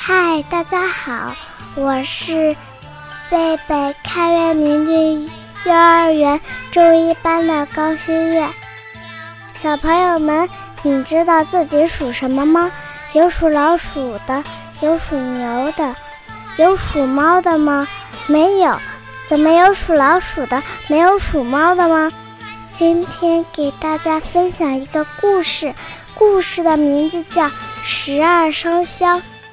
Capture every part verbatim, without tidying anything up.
嗨，大家好，我是贝贝开元明郡幼儿园中一班的高新月。小朋友们，你知道自己属什么吗？有属老鼠的，有属牛的，有属猫的吗？没有。怎么有属老鼠的，没有属猫的吗？今天给大家分享一个故事，故事的名字叫《十二生肖》。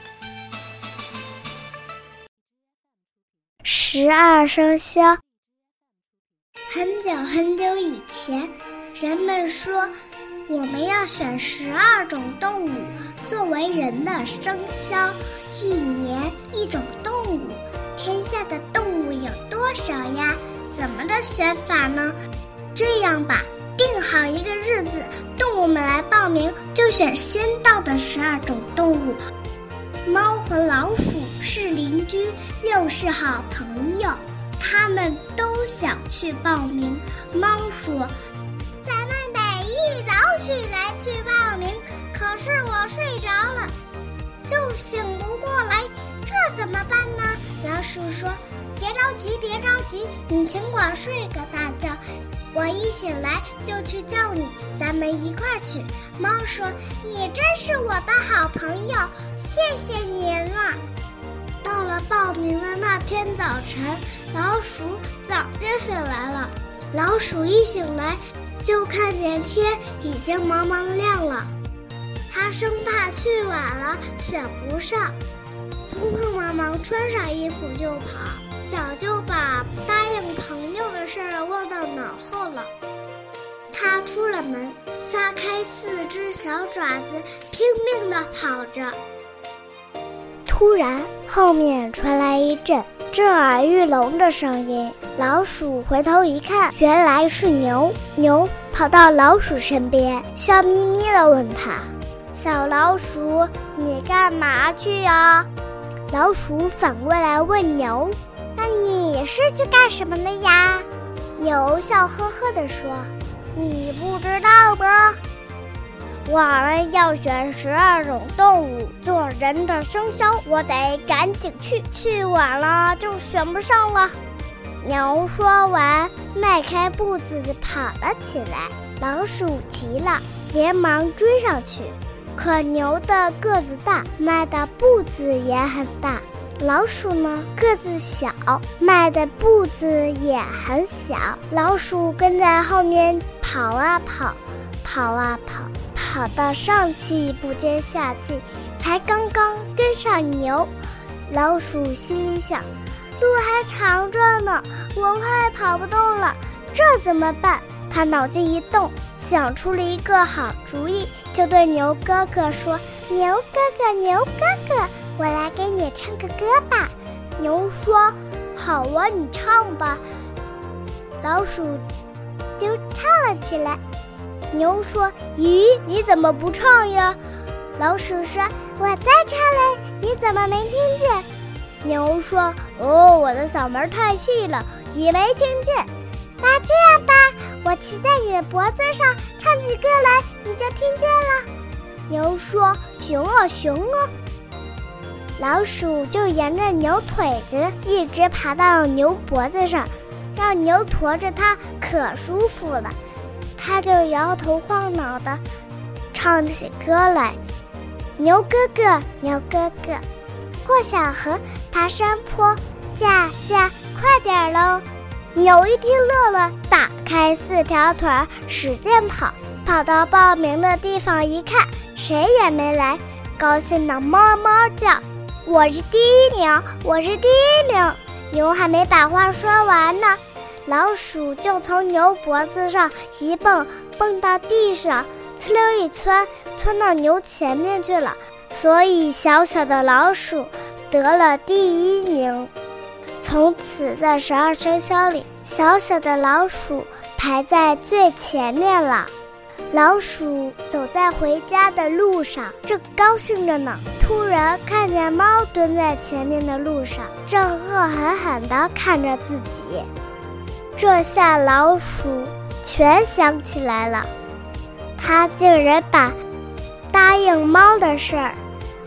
十二生肖。很久很久以前，人们说我们要选十二种动物作为人的生肖，一年一种动物，天下的动物有多少呀？怎么的选法呢？这样吧，定好一个日子，动物们来报名，就选先到的十二种动物。猫和老鼠是邻居，又是好朋友，他们都想去报名。猫说：“咱们得一早起来去报名，可是我睡着了，就醒不过来，这怎么办呢？”老鼠说：“别着急，别着急，你尽管睡个大觉，我一醒来就去叫你，咱们一块儿去。”猫说：“你真是我的好朋友，谢谢您了。”到了报名的那天早晨，老鼠早就醒来了。老鼠一醒来，就看见天已经茫茫亮了，他生怕去晚了选不上，匆匆忙忙穿上衣服就跑，早就把答应朋友的事儿忘到脑后了。他出了门，撒开四只小爪子，拼命地跑着。突然，后面传来一阵震耳欲聋的声音。老鼠回头一看，原来是牛。牛跑到老鼠身边，笑眯眯地问他：“小老鼠，你干嘛去呀？”老鼠反过来问牛：“那你是去干什么的呀？”牛笑呵呵地说：“你不知道吗？我们要选十二种动物做人的生肖，我得赶紧去，去晚了就选不上了。”牛说完，迈开步子跑了起来。老鼠急了，连忙追上去。可牛的个子大，迈的步子也很大。老鼠呢，个子小，迈的步子也很小。老鼠跟在后面跑啊跑，跑啊跑，跑到上气不接下气，才刚刚跟上牛。老鼠心里想，路还长着呢，我快跑不动了，这怎么办？他脑筋一动，想出了一个好主意，就对牛哥哥说：“牛哥哥，牛哥哥，我来给你唱个歌吧。”牛说：“好啊，你唱吧。”老鼠就唱了起来。牛说：“咦，你怎么不唱呀？”老鼠说：“我在唱嘞，你怎么没听见？”牛说：“哦，我的嗓门太细了，也没听见。那这样吧，我骑在你的脖子上唱起歌来，你就听见了。”牛说：“行啊，行啊。”老鼠就沿着牛腿子一直爬到牛脖子上，让牛驮着它可舒服了。他就摇头晃脑地唱起歌来：“牛哥哥，牛哥哥，过小河，爬山坡，驾驾，快点喽！”牛一听乐了，打开四条腿儿，使劲跑。跑到报名的地方一看，谁也没来，高兴地哞哞叫：“我是第一名，我是第一名！”牛还没把话说完呢，老鼠就从牛脖子上一蹦，蹦到地上，呲溜一窜，窜到牛前面去了。所以小小的老鼠得了第一名。从此在十二生肖里，小小的老鼠排在最前面了。老鼠走在回家的路上，正高兴着呢，突然看见猫蹲在前面的路上，正恶狠狠地看着自己。这下老鼠全想起来了，它竟然把答应猫的事儿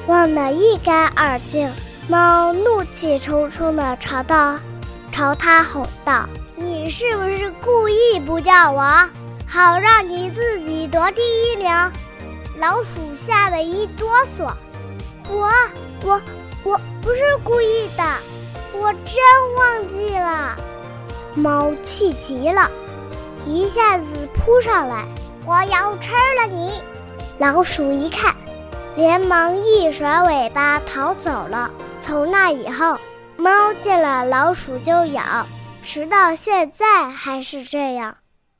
忘得一干二净。猫怒气冲冲地朝到朝他吼道：你是不是故意不叫我，好让你自己得第一名？老鼠吓得一哆嗦，我我我不是故意的，我真忘记了。猫气急了，一下子扑上来，我要吃了你！老鼠一看，连忙一甩尾巴逃走了。从那以后，猫见了老鼠就咬，直到现在还是这样。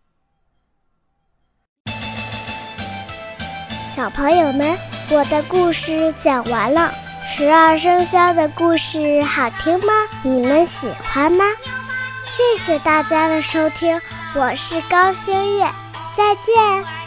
小朋友们，我的故事讲完了。十二生肖的故事好听吗？你们喜欢吗？谢谢大家的收听，我是高轩月，再见。